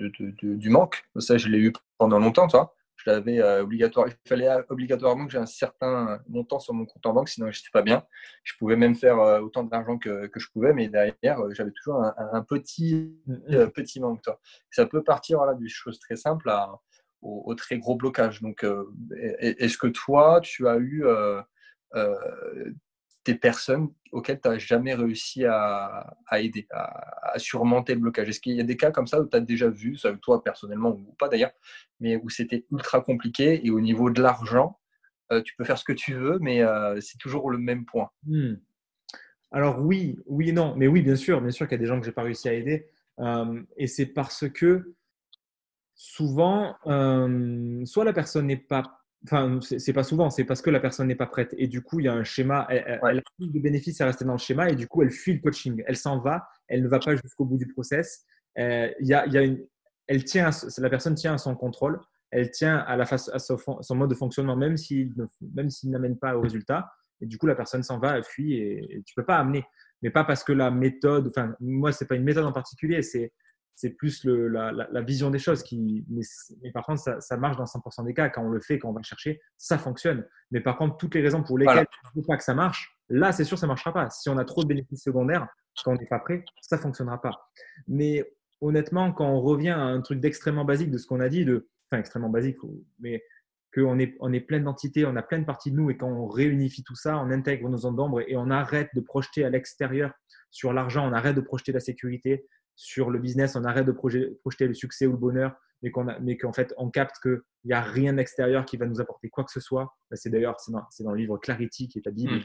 du manque. Ça, je l'ai eu pendant longtemps, toi. Je l'avais obligatoire. Il fallait obligatoirement que j'ai un certain montant sur mon compte en banque, sinon je n'étais pas bien. Je pouvais même faire autant d'argent que je pouvais, mais derrière, j'avais toujours un petit manque. Toi. Ça peut partir des choses très simples au très gros blocage. Donc, est-ce que toi, tu as eu des personnes auxquelles tu n'as jamais réussi à aider, à surmonter le blocage? Est-ce qu'il y a des cas comme ça où tu as déjà vu, ça, toi personnellement ou pas d'ailleurs, mais où c'était ultra compliqué et au niveau de l'argent, tu peux faire ce que tu veux, mais c'est toujours le même point. Hmm. Alors oui, oui et non. Mais oui, bien sûr qu'il y a des gens que j'ai pas réussi à aider. Et c'est parce que souvent, soit la personne n'est pas, enfin, c'est pas souvent, c'est parce que la personne n'est pas prête. Et du coup, il y a un schéma, Ouais. elle a plus de bénéfices à rester dans le schéma et du coup, elle fuit le coaching. Elle s'en va, elle ne va pas jusqu'au bout du process. Il y a elle tient la personne tient à son contrôle, elle tient à, à son mode de fonctionnement, même s'il n'amène pas au résultat. Et du coup, la personne s'en va, elle fuit et tu peux pas amener. Mais pas parce que la méthode, enfin, moi, c'est pas une méthode en particulier, c'est plus la vision des choses mais par contre, ça marche dans 100% des cas. Quand on le fait, quand on va le chercher, ça fonctionne. Mais par contre, toutes les raisons pour lesquelles Voilà. il ne faut pas que ça marche, là, c'est sûr, ça ne marchera pas. Si on a trop de bénéfices secondaires, quand on n'est pas prêt, ça ne fonctionnera pas. Mais honnêtement, quand on revient à un truc d'extrêmement basique de ce qu'on a dit, enfin, extrêmement basique, mais on est plein d'entités, on a plein de parties de nous, et quand on réunifie tout ça, on intègre nos zones d'ombre et on arrête de projeter à l'extérieur sur l'argent, on arrête de projeter la sécurité, sur le business, on arrête de projeter le succès ou le bonheur, mais qu'en fait, on capte qu'il n'y a rien d'extérieur qui va nous apporter quoi que ce soit. C'est d'ailleurs, c'est dans le livre Clarity, qui est ta Bible,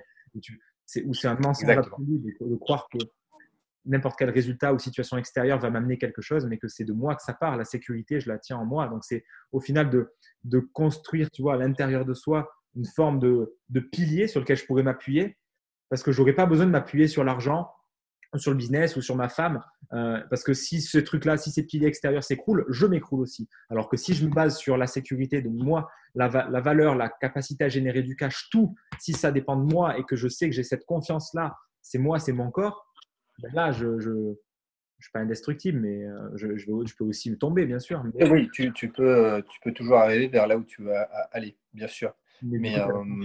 où c'est un mensonge Exactement. absolu de croire que n'importe quel résultat ou situation extérieure va m'amener quelque chose, mais que c'est de moi que ça part. La sécurité, je la tiens en moi. Donc, c'est au final de construire, tu vois, à l'intérieur de soi, une forme de pilier sur lequel je pourrais m'appuyer, parce que je n'aurais pas besoin de m'appuyer sur l'argent, sur le business ou sur ma femme, parce que si ce truc-là, si ces piliers extérieurs s'écroulent, je m'écroule aussi. Alors que si je me base sur la sécurité de moi, la valeur, la capacité à générer du cash, tout, si ça dépend de moi et que je sais que j'ai cette confiance-là, c'est moi, c'est mon corps, ben là, je suis pas indestructible, mais je peux aussi me tomber, bien sûr. Et oui, tu peux toujours arriver vers là où tu veux aller, bien sûr. Mais du Mais coup,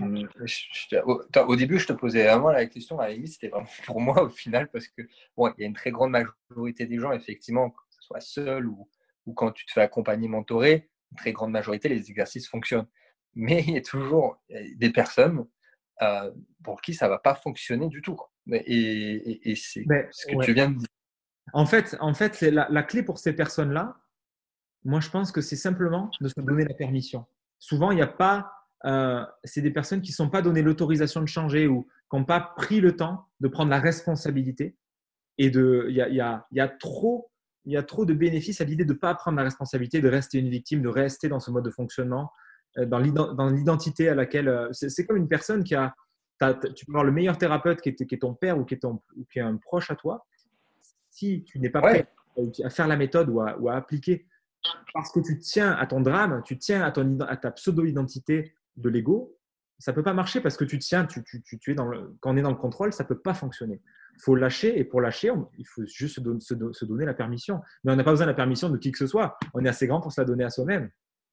au début, je te posais vraiment la question, à la limite, c'était vraiment pour moi au final, parce que bon, il y a une très grande majorité des gens, effectivement, que ce soit seul ou quand tu te fais accompagner, mentorer, une très grande majorité, les exercices fonctionnent. Mais il y a toujours des personnes pour qui ça ne va pas fonctionner du tout, quoi. Et c'est ben, ce que ouais. tu viens de dire. En fait c'est la clé pour ces personnes-là. Moi, je pense que c'est simplement de se donner la permission. Souvent, il n'y a pas. C'est des personnes qui ne sont pas données l'autorisation de changer ou qui n'ont pas pris le temps de prendre la responsabilité. Il y a trop de bénéfices à l'idée de ne pas prendre la responsabilité, de rester une victime, de rester dans ce mode de fonctionnement, dans l'identité à laquelle. C'est comme une personne qui a. Tu peux avoir le meilleur thérapeute qui est ton père ou ou qui est un proche à toi. Si tu n'es pas prêt Ouais, à faire la méthode ou à appliquer parce que tu tiens à ton drame, tu tiens à ta pseudo-identité de l'ego, ça ne peut pas marcher parce que tu tiens, tu es quand on est dans le contrôle, ça ne peut pas fonctionner. Il faut lâcher et pour lâcher, il faut juste se donner la permission. Mais on n'a pas besoin de la permission de qui que ce soit. On est assez grand pour se la donner à soi-même.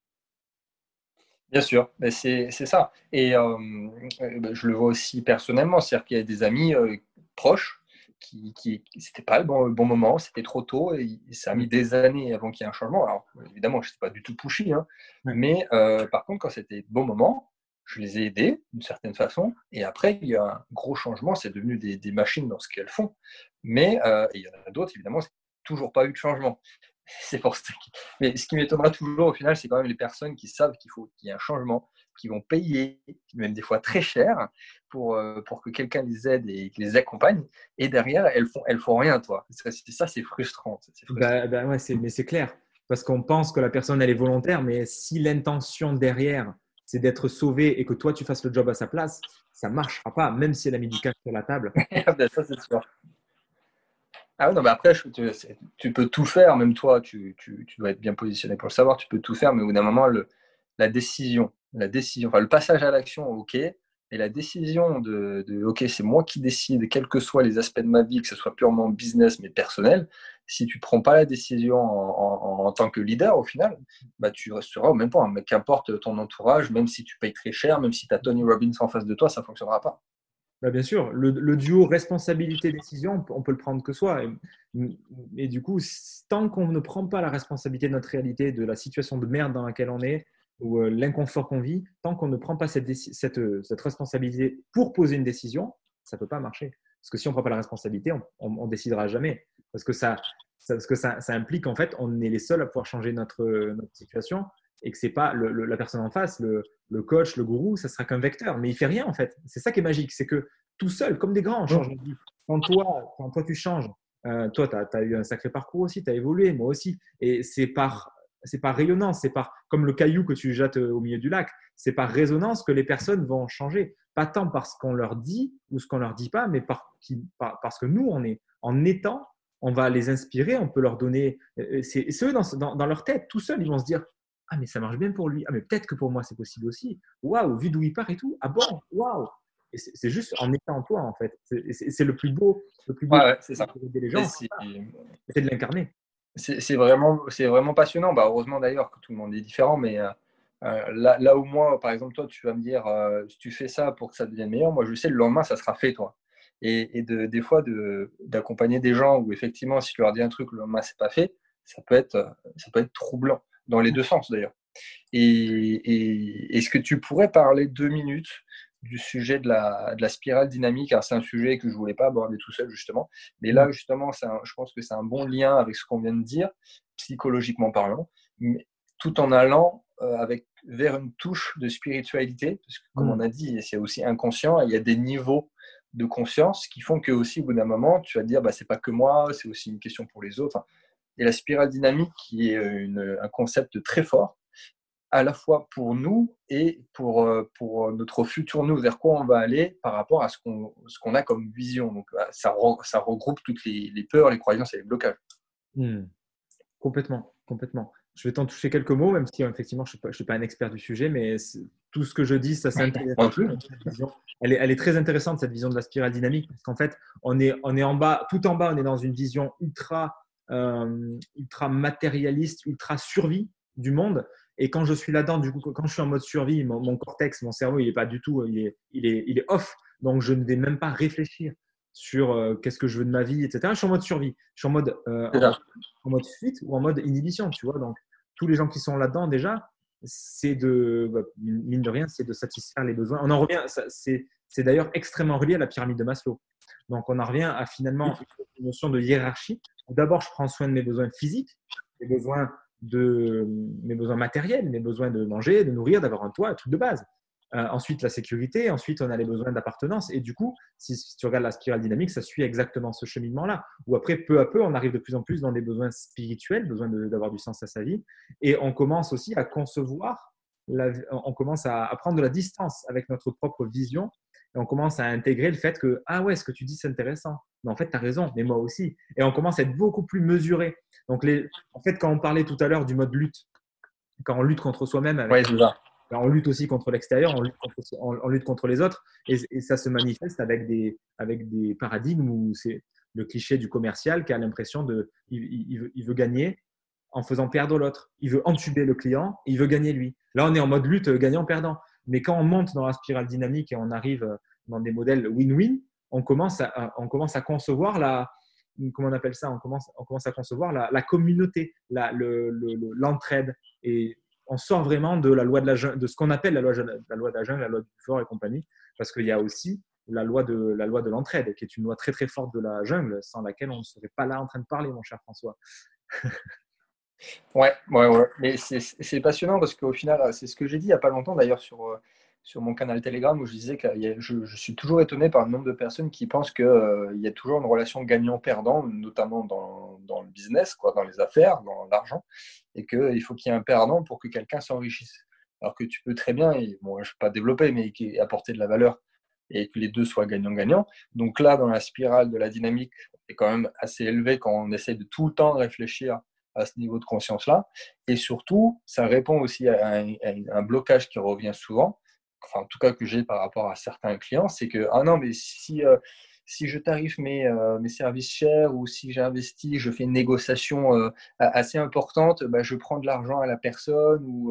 bien sûr, mais c'est ça. Et je le vois aussi personnellement, c'est-à-dire qu'il y a des amis proches qui c'était pas le bon moment, c'était trop tôt, et ça a mis des années avant qu'il y ait un changement. Alors évidemment, je ne suis pas du tout pushy, hein, Ouais. mais par contre, quand c'était le bon moment, je les ai aidés d'une certaine façon, et après, il y a un gros changement, c'est devenu des machines dans ce qu'elles font. Mais il y en a d'autres, évidemment, c'est toujours pas eu de changement. C'est pour ça. Mais ce qui m'étonnera toujours au final, c'est quand même les personnes qui savent qu'il faut qu'il y ait un changement, qui vont payer, même des fois très cher, pour que quelqu'un les aide et les accompagne. Et derrière, elles font rien, toi. Ça, c'est frustrant. C'est frustrant. Ouais, mais c'est clair. Parce qu'on pense que la personne, elle est volontaire, mais si l'intention derrière, c'est d'être sauvé et que toi, tu fasses le job à sa place, ça ne marchera pas, même si elle a mis du cash sur la table. Ça, c'est sûr. Ah ouais, non, mais après, tu peux tout faire, même toi, tu dois être bien positionné pour le savoir, tu peux tout faire, mais au bout d'un moment, la décision, enfin le passage à l'action, ok, et la décision ok, c'est moi qui décide, quels que soient les aspects de ma vie, que ce soit purement business, mais personnel, si tu ne prends pas la décision en tant que leader, au final, bah, tu resteras au même point, mais qu'importe ton entourage, même si tu payes très cher, même si tu as Tony Robbins en face de toi, ça ne fonctionnera pas. Bah, bien sûr, le duo responsabilité-décision, on peut le prendre que soi. Et du coup, tant qu'on ne prend pas la responsabilité de notre réalité, de la situation de merde dans laquelle on est, ou l'inconfort qu'on vit, tant qu'on ne prend pas cette responsabilité pour poser une décision, ça ne peut pas marcher. Parce que si on ne prend pas la responsabilité, on ne décidera jamais. Parce que ça implique, en fait, on est les seuls à pouvoir changer notre situation et que ce n'est pas la personne en face, le coach, le gourou, ça sera qu'un vecteur. Mais il ne fait rien, en fait. C'est ça qui est magique. C'est que tout seul, comme des grands, on change de vie. Quand toi, tu changes, toi, tu as eu un sacré parcours aussi, tu as évolué, moi aussi. Et c'est par rayonnance, c'est par comme le caillou que tu jettes au milieu du lac, c'est par résonance que les personnes vont changer. Pas tant parce qu'on leur dit ou ce qu'on leur dit pas, mais parce que nous, en étant, on va les inspirer, on peut leur donner. C'est eux dans leur tête, tout seuls, ils vont se dire ah, mais ça marche bien pour lui. Ah, mais peut-être que pour moi, c'est possible aussi. Waouh, vu d'où il part et tout. Ah bon, waouh. Et c'est juste en étant toi, en fait. C'est le plus beau Ouais, c'est ça. pour aider les Et gens, c'est de l'incarner. c'est vraiment passionnant. Bah, heureusement d'ailleurs que tout le monde est différent, mais là où moi, par exemple, toi, tu vas me dire, si tu fais ça pour que ça devienne meilleur, moi, je sais le lendemain, ça sera fait, toi. Et des fois, d'accompagner des gens où effectivement, si tu leur dis un truc, le lendemain, c'est pas fait, ça peut être troublant, dans les deux sens d'ailleurs. Est-ce que tu pourrais parler 2 minutes du sujet de la spirale dynamique? Alors, c'est un sujet que je ne voulais pas aborder tout seul, justement. Mais là, justement, je pense que c'est un bon lien avec ce qu'on vient de dire, psychologiquement parlant, mais tout en allant vers une touche de spiritualité, parce que, comme on a dit, c'est aussi inconscient, et il y a des niveaux de conscience qui font que aussi, au bout d'un moment, tu vas te dire, bah, c'est pas que moi, c'est aussi une question pour les autres. Et la spirale dynamique, qui est un concept très fort, à la fois pour nous et pour notre futur nous, vers quoi on va aller par rapport à ce qu'on a comme vision. Donc, ça regroupe toutes les peurs, les croyances et les blocages. Complètement, complètement. Je vais t'en toucher quelques mots, même si effectivement je ne suis pas un expert du sujet, mais tout ce que je dis, ça s'intéresse. Moi non plus. Elle est très intéressante, cette vision de la spirale dynamique, parce qu'en fait, on est en bas, tout en bas, on est dans une vision ultra matérialiste, ultra survie du monde. Et quand je suis là-dedans, du coup, quand je suis en mode survie, mon cortex, mon cerveau, il est pas du tout, il est off. Donc, je ne vais même pas réfléchir sur qu'est-ce que je veux de ma vie, etc. Je suis en mode survie. Je suis en mode, en mode fuite ou en mode inhibition, tu vois. Donc, tous les gens qui sont là-dedans, déjà, mine de rien, c'est de satisfaire les besoins. On en revient, c'est d'ailleurs extrêmement relié à la pyramide de Maslow. Donc, on en revient à finalement une notion de hiérarchie. D'abord, je prends soin de mes besoins physiques, mes besoins matériels, mes besoins de manger, de nourrir, d'avoir un toit, un truc de base. Ensuite, la sécurité. Ensuite, on a les besoins d'appartenance. Et du coup, si tu regardes la spirale dynamique, ça suit exactement ce cheminement-là. Où après, peu à peu, on arrive de plus en plus dans des besoins spirituels, besoin d'avoir du sens à sa vie. Et on commence aussi à concevoir, on commence à prendre de la distance avec notre propre vision. Et on commence à intégrer le fait que, ah ouais, ce que tu dis, c'est intéressant. Mais en fait, tu as raison, mais moi aussi. Et on commence à être beaucoup plus mesuré. Donc, en fait, quand on parlait tout à l'heure du mode lutte, quand on lutte contre soi-même Ouais, c'est ça. on lutte aussi contre l'extérieur, on lutte contre les autres, et ça se manifeste avec des paradigmes où c'est le cliché du commercial qui a l'impression il veut gagner en faisant perdre l'autre. Il veut entuber le client, il veut gagner lui. Là, on est en mode lutte gagnant-perdant. Mais quand on monte dans la spirale dynamique et on arrive dans des modèles win-win, on commence à concevoir comment on appelle ça, on commence à concevoir la communauté, l'entraide. Et on sort vraiment de la loi de ce qu'on appelle la loi de la jungle, la loi du plus fort et compagnie, parce qu'il y a aussi la loi de l'entraide, qui est une loi très très forte de la jungle, sans laquelle on ne serait pas là en train de parler, mon cher François. Ouais, ouais, ouais. Mais c'est passionnant parce qu'au final, c'est ce que j'ai dit il n'y a pas longtemps d'ailleurs sur mon canal Telegram où je disais que je suis toujours étonné par le nombre de personnes qui pensent qu'il y a toujours une relation gagnant-perdant, notamment dans le business, quoi, dans les affaires, dans l'argent, et qu'il faut qu'il y ait un perdant pour que quelqu'un s'enrichisse. Alors que tu peux très bien, et bon, je ne vais pas développer, mais apporter de la valeur et que les deux soient gagnant-gagnant. Donc là, dans la spirale de la dynamique, c'est quand même assez élevé quand on essaie de tout le temps réfléchir à ce niveau de conscience-là. Et surtout, ça répond aussi à un blocage qui revient souvent, enfin en tout cas que j'ai par rapport à certains clients, c'est que, ah non, mais si je tarife mes services chers ou si j'investis, je fais une négociation assez importante, bah, je prends de l'argent à la personne ou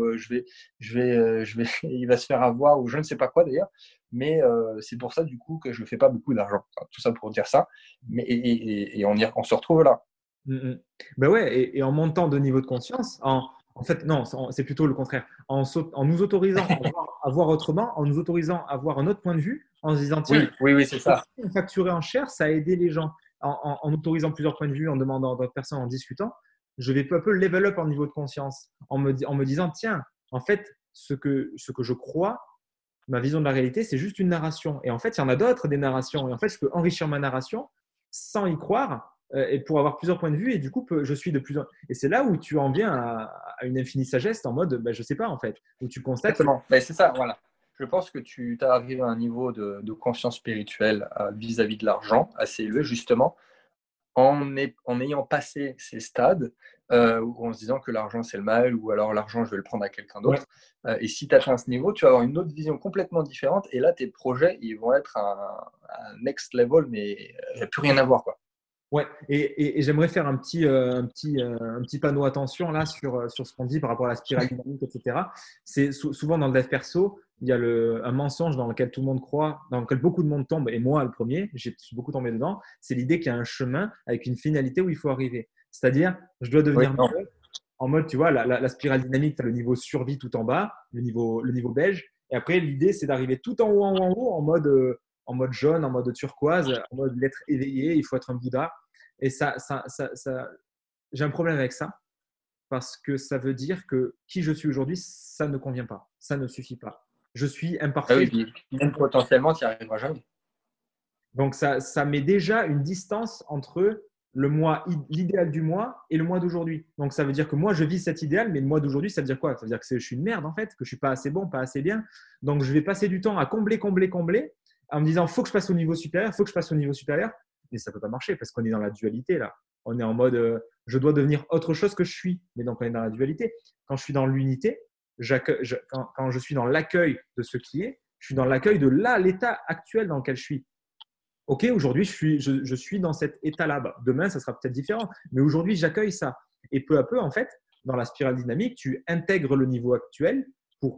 il va se faire avoir ou je ne sais pas quoi d'ailleurs. Mais c'est pour ça du coup que je ne fais pas beaucoup d'argent. Enfin, tout ça pour dire ça. Mais, on se retrouve là. Ben ouais, et en montant de niveau de conscience, En fait, non, c'est plutôt le contraire. En nous autorisant à voir autrement, en nous autorisant à voir un autre point de vue, en se disant, tiens, Oui, oui, oui, c'est ça. facturer en chair, ça a aidé les gens. En autorisant plusieurs points de vue, en demandant à d'autres personnes, en discutant, je vais peu à peu level up en niveau de conscience, en me disant, tiens, en fait, ce que je crois, ma vision de la réalité, c'est juste une narration. Et en fait, il y en a d'autres, des narrations. Et en fait, je peux enrichir ma narration sans y croire et pour avoir plusieurs points de vue. Et du coup, je suis de plus en... Et c'est là où tu en viens à une infinie sagesse en mode, je ne sais pas en fait, où tu constates que… Exactement. Ben, c'est ça, voilà. Je pense que tu as arrivé à un niveau de conscience spirituelle vis-à-vis de l'argent assez élevé, justement, en ayant passé ces stades ou en se disant que l'argent c'est le mal ou alors l'argent je vais le prendre à quelqu'un Ouais, d'autre. Et si tu atteins ce niveau, tu vas avoir une autre vision complètement différente et là tes projets ils vont être un next level mais il n'y a plus rien à voir quoi. ouais. Et j'aimerais faire un petit panneau attention là sur ce qu'on dit par rapport à la spirale dynamique, etc. C'est souvent dans le dev perso, il y a un mensonge dans lequel tout le monde croit, dans lequel beaucoup de monde tombe, et moi le premier, j'ai beaucoup tombé dedans, c'est l'idée qu'il y a un chemin avec une finalité où il faut arriver. C'est-à-dire, je dois Oui, devenir non. mieux en mode, tu vois, la spirale dynamique, tu as le niveau survie tout en bas, le niveau beige, et après l'idée c'est d'arriver tout en haut, en haut, en mode jaune, en mode turquoise, en mode l'être éveillé, il faut être un Bouddha. Et j'ai un problème avec ça parce que ça veut dire que qui je suis aujourd'hui, ça ne convient pas, ça ne suffit pas. Je suis Ah oui, imparfait. puis même potentiellement tu n'y arriveras jamais. Donc, ça met déjà une distance entre l'idéal du mois et le mois d'aujourd'hui. Donc, ça veut dire que moi, je vis cet idéal, mais le mois d'aujourd'hui, ça veut dire quoi? Ça veut dire que je suis une merde, en fait, que je ne suis pas assez bon, pas assez bien. Donc, je vais passer du temps à combler, combler, combler, en me disant, faut que je passe au niveau supérieur, faut que je passe au niveau supérieur. Mais ça ne peut pas marcher parce qu'on est dans la dualité, là. On est en mode, je dois devenir autre chose que je suis. Mais donc, on est dans la dualité. Quand je suis dans l'unité, quand je suis dans l'accueil de ce qui est, je suis dans l'accueil de l'état actuel dans lequel je suis. OK, aujourd'hui, je suis dans cet état-là. Demain, ça sera peut-être différent. Mais aujourd'hui, j'accueille ça. Et peu à peu, en fait, dans la spirale dynamique, tu intègres le niveau actuel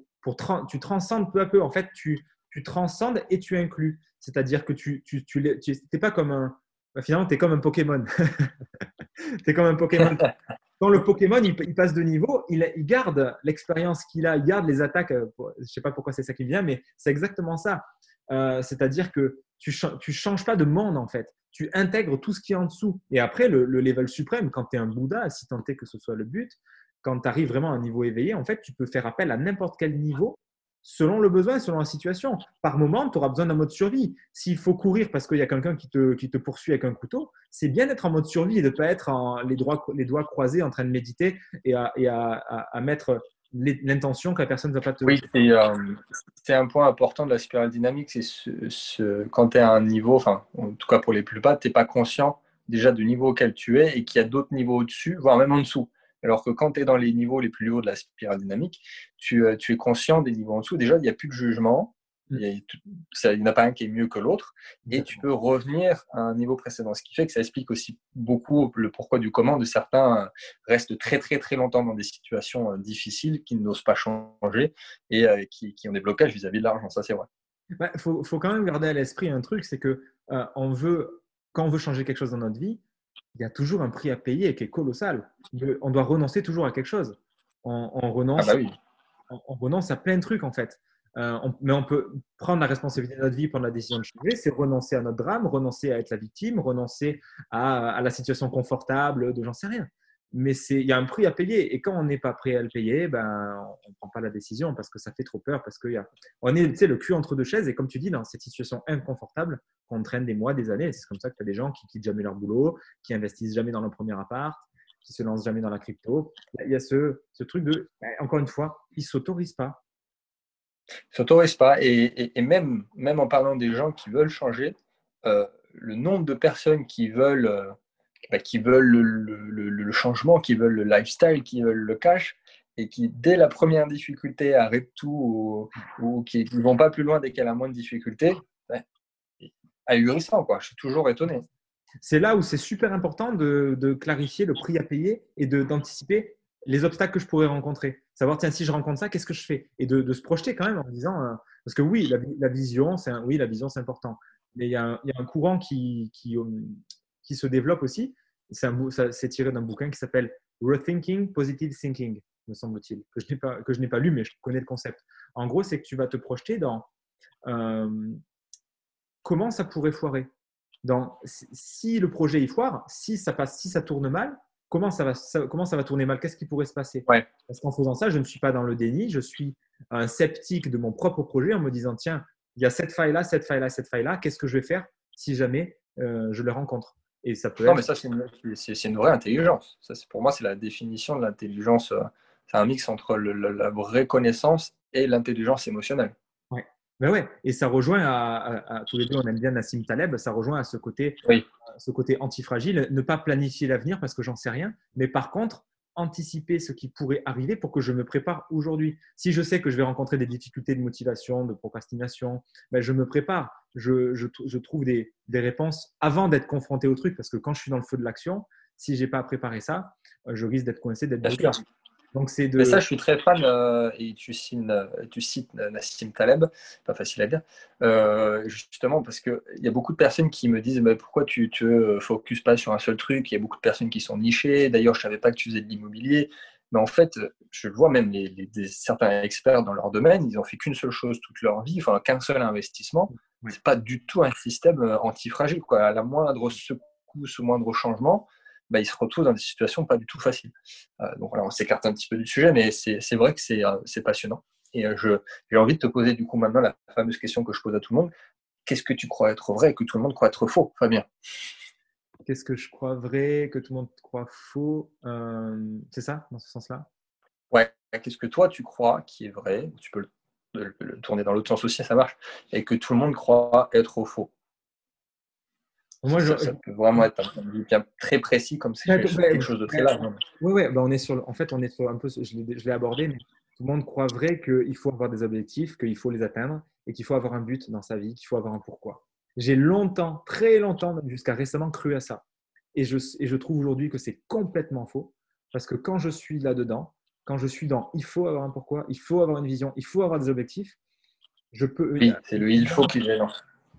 tu transcendes peu à peu. En fait, tu transcendes et tu inclus. C'est-à-dire que tu n'es pas comme un… Finalement, tu es comme un Pokémon. Tu es comme un Pokémon. Quand le Pokémon il passe de niveau, il garde l'expérience qu'il a, il garde les attaques. Je ne sais pas pourquoi c'est ça qui me vient, mais c'est exactement ça. C'est-à-dire que tu ne changes pas de monde en fait. Tu intègres tout ce qui est en dessous. Et après, le level suprême, quand tu es un Bouddha, si tant est que ce soit le but, quand tu arrives vraiment à un niveau éveillé, en fait, tu peux faire appel à n'importe quel niveau selon le besoin, selon la situation. Par moment, tu auras besoin d'un mode survie. S'il faut courir parce qu'il y a quelqu'un qui te poursuit avec un couteau, c'est bien d'être en mode survie et de ne pas être les doigts croisés en train de méditer et à mettre l'intention que la personne ne va pas te… Oui, c'est un point important de la spirale dynamique, c'est quand tu es à un niveau, enfin, en tout cas pour les plus bas, tu n'es pas conscient déjà du niveau auquel tu es et qu'il y a d'autres niveaux au-dessus, voire même en dessous. Alors que quand tu es dans les niveaux les plus hauts de la spirale dynamique, tu es conscient des niveaux en dessous. Déjà, il n'y a plus de jugement, il n'y en a pas un qui est mieux que l'autre, et tu peux revenir à un niveau précédent. Ce qui fait que ça explique aussi beaucoup le pourquoi du comment de certains restent très très très longtemps dans des situations difficiles, qui n'osent pas changer et qui ont des blocages vis-à-vis de l'argent. Ça, c'est vrai. Faut quand même garder à l'esprit un truc, c'est que quand on veut changer quelque chose dans notre vie, il y a toujours un prix à payer qui est colossal. On doit renoncer toujours à quelque chose. On Ah renonce bah oui. on renonce à plein de trucs en fait. Mais on peut prendre la responsabilité de notre vie, prendre la décision de changer, c'est renoncer à notre drame, renoncer à être la victime, renoncer à la situation confortable de j'en sais rien. Mais il y a un prix à payer et quand on n'est pas prêt à le payer, on ne prend pas la décision parce que ça fait trop peur, parce on est le cul entre deux chaises et comme tu dis, dans cette situation inconfortable qu'on traîne des mois, des années. C'est comme ça que tu as des gens qui quittent jamais leur boulot, qui investissent jamais dans leur premier appart, qui se lancent jamais dans la crypto. Il y a ce truc de, encore une fois, ils ne s'autorisent pas. S'autorise pas. Et même en parlant des gens qui veulent changer, le nombre de personnes qui veulent le changement, qui veulent le lifestyle, qui veulent le cash, et qui, dès la première difficulté, arrêtent tout ou qui ne vont pas plus loin dès qu'il y a la moindre difficulté, ouais, ahurissant, quoi. Je suis toujours étonné. C'est là où c'est super important de clarifier le prix à payer et d'anticiper les obstacles que je pourrais rencontrer. Savoir, tiens, si je rencontre ça, qu'est-ce que je fais? Et de se projeter quand même en disant, parce que oui, la vision, oui, la vision, c'est important. Mais il y a un courant qui se développe aussi. C'est tiré d'un bouquin qui s'appelle Rethinking Positive Thinking. me semble-t-il, que je n'ai pas lu, mais je connais le concept. En gros, c'est que tu vas te projeter dans euh, comment ça pourrait foirer. Si le projet il foire, si ça passe, si ça tourne mal, comment ça va tourner mal? Qu'est-ce qui pourrait se passer? Ouais. Parce qu'en faisant ça, je ne suis pas dans le déni, je suis un sceptique de mon propre projet en me disant, tiens, il y a cette faille-là, cette faille-là, cette faille-là, qu'est-ce que je vais faire si jamais je le rencontre? Et ça peut Non, mais être… ça, c'est une vraie intelligence. Ça, pour moi, c'est la définition de l'intelligence. C'est un mix entre la vraie connaissance et l'intelligence émotionnelle. Ouais. Ben ouais. Et ça rejoint tous les deux, on aime bien Nassim Taleb, ça rejoint à Oui, ce côté antifragile, ne pas planifier l'avenir parce que j'en sais rien, mais par contre, anticiper ce qui pourrait arriver pour que je me prépare aujourd'hui. Si je sais que je vais rencontrer des difficultés de motivation, de procrastination, ben je me prépare. Je trouve des réponses avant d'être confronté au truc parce que quand je suis dans le feu de l'action, si je n'ai pas préparé ça, je risque d'être coincé, d'être bien bloqué. sûr. Donc, c'est Mais ça, de… je suis très fan, et tu cites Nassim Taleb, pas facile à dire, justement parce qu'il y a beaucoup de personnes qui me disent pourquoi tu te focuses pas sur un seul truc. Il y a beaucoup de personnes qui sont nichées. D'ailleurs, je savais pas que tu faisais de l'immobilier. Mais en fait, je le vois même, certains experts dans leur domaine, ils ont fait qu'une seule chose toute leur vie, enfin qu'un seul investissement. Ouais. C'est pas du tout un système antifragile, quoi. À la moindre secousse, au moindre changement, ils se retrouvent dans des situations pas du tout faciles. Donc voilà, on s'écarte un petit peu du sujet, mais c'est vrai que c'est passionnant. Et j'ai envie de te poser du coup maintenant la fameuse question que je pose à tout le monde. Qu'est-ce que tu crois être vrai et que tout le monde croit être faux, Fabien? Qu'est-ce que je crois vrai, que tout le monde croit faux? C'est ça, dans ce sens-là? Ouais, qu'est-ce que toi tu crois qui est vrai? Tu peux le tourner dans l'autre sens aussi, ça marche. Et que tout le monde croit être faux. Moi, Ça peut vraiment être un point de vue bien très précis, comme c'est quelque chose de très large. Oui, ouais, on est en fait, on est sur un peu, je l'ai abordé, mais tout le monde croit vrai qu'il faut avoir des objectifs, qu'il faut les atteindre et qu'il faut avoir un but dans sa vie, qu'il faut avoir un pourquoi. J'ai longtemps, très longtemps, même jusqu'à récemment, cru à ça. Et je trouve aujourd'hui que c'est complètement faux parce que quand je suis là-dedans, quand je suis dans il faut avoir un pourquoi, il faut avoir une vision, il faut avoir des objectifs, je peux, Oui, c'est le il faut qui gêne.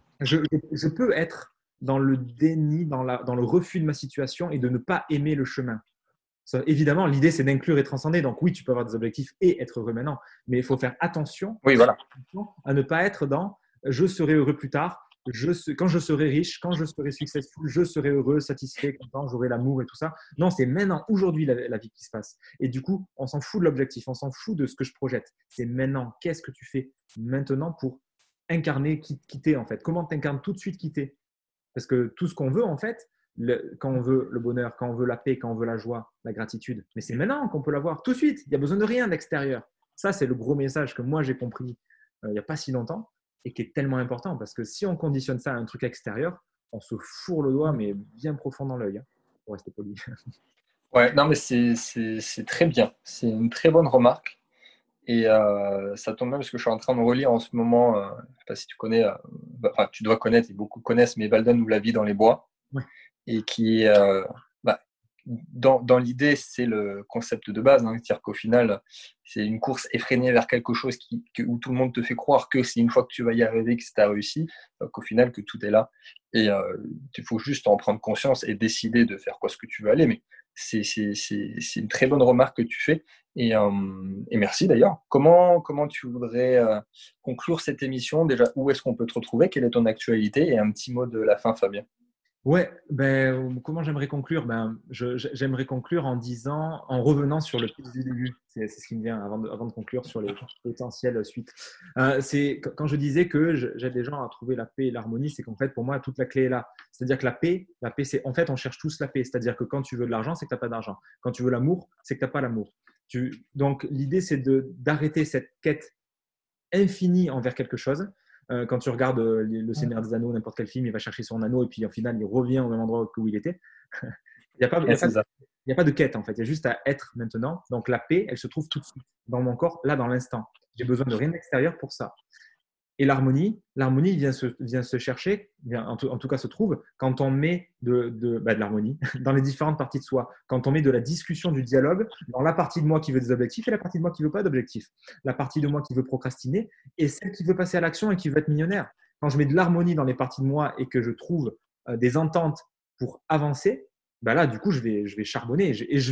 je peux être dans le déni, dans le refus de ma situation et de ne pas aimer le chemin. Ça, évidemment, l'idée, c'est d'inclure et transcender. Donc oui, tu peux avoir des objectifs et être heureux maintenant, mais il faut faire attention Oui, voilà. à ne pas être dans je serai heureux plus tard, quand je serai riche, quand je serai successful, je serai heureux, satisfait, content, j'aurai l'amour et tout ça. Non, c'est maintenant, aujourd'hui, la vie qui se passe. Et du coup, on s'en fout de l'objectif, on s'en fout de ce que je projette. C'est maintenant. Qu'est-ce que tu fais maintenant pour incarner, quitter en fait? Comment tu incarnes tout de suite quitter? Parce que tout ce qu'on veut, en fait, quand on veut le bonheur, quand on veut la paix, quand on veut la joie, la gratitude, mais c'est maintenant qu'on peut l'avoir, tout de suite. Il n'y a besoin de rien d'extérieur. Ça, c'est le gros message que moi, j'ai compris il n'y a pas si longtemps et qui est tellement important parce que si on conditionne ça à un truc extérieur, on se fourre le doigt, mais bien profond dans l'œil, hein, pour rester poli. Ouais, non, mais c'est très bien. C'est une très bonne remarque. Et ça tombe bien parce que je suis en train de relire en ce moment, je ne sais pas si tu connais, enfin, tu dois connaître, et beaucoup connaissent, mais Balden ou La vie dans les bois. Ouais. Et qui, bah, dans l'idée, c'est le concept de base, hein, c'est-à-dire qu'au final, c'est une course effrénée vers quelque chose où tout le monde te fait croire que c'est une fois que tu vas y arriver que c'est réussi, qu'au final, que tout est là. Et il faut juste en prendre conscience et décider de faire quoi ce que tu veux aller. Mais c'est une très bonne remarque que tu fais. Et merci d'ailleurs. Comment tu voudrais conclure cette émission? Déjà, où est-ce qu'on peut te retrouver? Quelle est ton actualité? Et un petit mot de la fin, Fabien. Ouais, ben, comment j'aimerais conclure? J'aimerais conclure en revenant sur le pitch du début. C'est ce qui me vient avant de conclure sur les potentielles suites. C'est quand je disais que j'aide les gens à trouver la paix et l'harmonie, c'est qu'en fait, pour moi, toute la clé est là. C'est-à-dire que la paix, c'est en fait, on cherche tous la paix. C'est-à-dire que quand tu veux de l'argent, c'est que tu n'as pas d'argent. Quand tu veux l'amour, c'est que tu n'as pas l'amour. Donc, l'idée, c'est d'arrêter cette quête infinie envers quelque chose. Quand tu regardes le Seigneur des Anneaux, n'importe quel film, il va chercher son anneau et puis au final, il revient au même endroit où il était. Il n'y a, a pas de quête en fait, il y a juste à être maintenant. Donc la paix, elle se trouve tout de suite dans mon corps, là, dans l'instant. J'ai besoin de rien d'extérieur pour ça. Et l'harmonie vient se chercher, en tout cas se trouve, quand on met de l'harmonie dans les différentes parties de soi, quand on met de la discussion, du dialogue dans la partie de moi qui veut des objectifs et la partie de moi qui ne veut pas d'objectifs, la partie de moi qui veut procrastiner et celle qui veut passer à l'action et qui veut être millionnaire. Quand je mets de l'harmonie dans les parties de moi et que je trouve des ententes pour avancer, là, du coup, je vais charbonner et je vais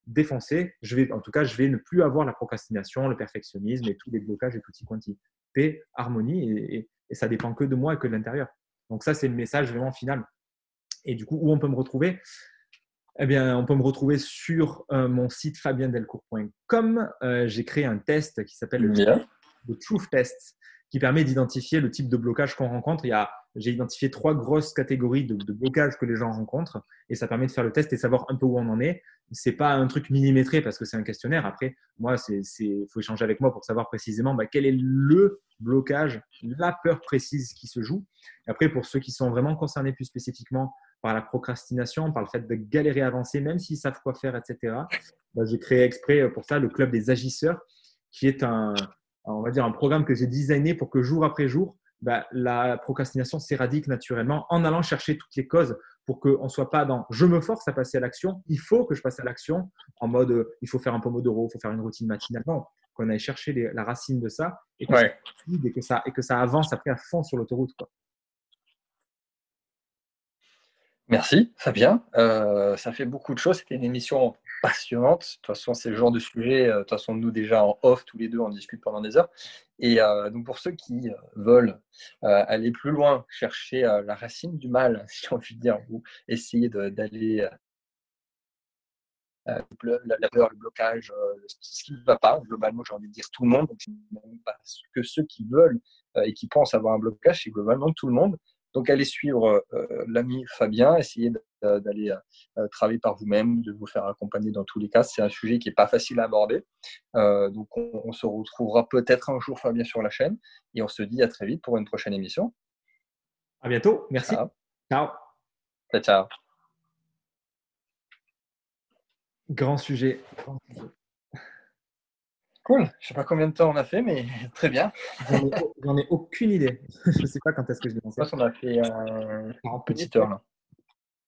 défoncer, en tout cas, je vais ne plus avoir la procrastination, le perfectionnisme et tous les blocages et tutti quanti. Paix, harmonie, et ça dépend que de moi et que de l'intérieur. Donc ça, c'est le message vraiment final. Et du coup, où on peut me retrouver? Eh bien, on peut me retrouver sur mon site fabiendelcourt.com. J'ai créé un test qui s'appelle le Truth Test, qui permet d'identifier le type de blocage qu'on rencontre. J'ai identifié 3 grosses catégories de blocages que les gens rencontrent, et ça permet de faire le test et savoir un peu où on en est. C'est pas un truc millimétré parce que c'est un questionnaire. Après, moi, faut échanger avec moi pour savoir précisément quel est le blocage, la peur précise qui se joue. Et après, pour ceux qui sont vraiment concernés plus spécifiquement par la procrastination, par le fait de galérer à avancer, même s'ils savent quoi faire, etc., j'ai créé exprès pour ça le Club des agisseurs, qui est on va dire un programme que j'ai designé pour que jour après jour, la procrastination s'éradique naturellement en allant chercher toutes les causes pour qu'on ne soit pas dans « je me force à passer à l'action, il faut que je passe à l'action » en mode « il faut faire un pomodoro, il faut faire une routine matinale ». Non, qu'on aille chercher la racine de ça et que ça avance après à fond sur l'autoroute, quoi. Merci, Fabien. Ça fait beaucoup de choses. C'était une émission passionnante. De toute façon, c'est le genre de sujet. De toute façon, nous, déjà en off, tous les deux, on discute pendant des heures. Et donc, pour ceux qui veulent aller plus loin, chercher la racine du mal, si j'ai envie de dire, ou essayer d'aller la peur, le blocage, ce qui ne va pas, globalement, j'ai envie de dire tout le monde. Donc, c'est même pas que ceux qui veulent et qui pensent avoir un blocage, c'est globalement tout le monde. Donc, allez suivre l'ami Fabien, essayez d'aller travailler par vous-même, de vous faire accompagner dans tous les cas. C'est un sujet qui n'est pas facile à aborder. Donc, on se retrouvera peut-être un jour, Fabien, sur la chaîne. Et on se dit à très vite pour une prochaine émission. À bientôt. Merci. Ciao. Ciao. Ciao. Grand sujet. Cool. Je ne sais pas combien de temps on a fait, mais très bien. J'en ai aucune idée. Je ne sais pas quand est-ce que je l'ai lancé. Je pense qu'on a fait une petite heure là.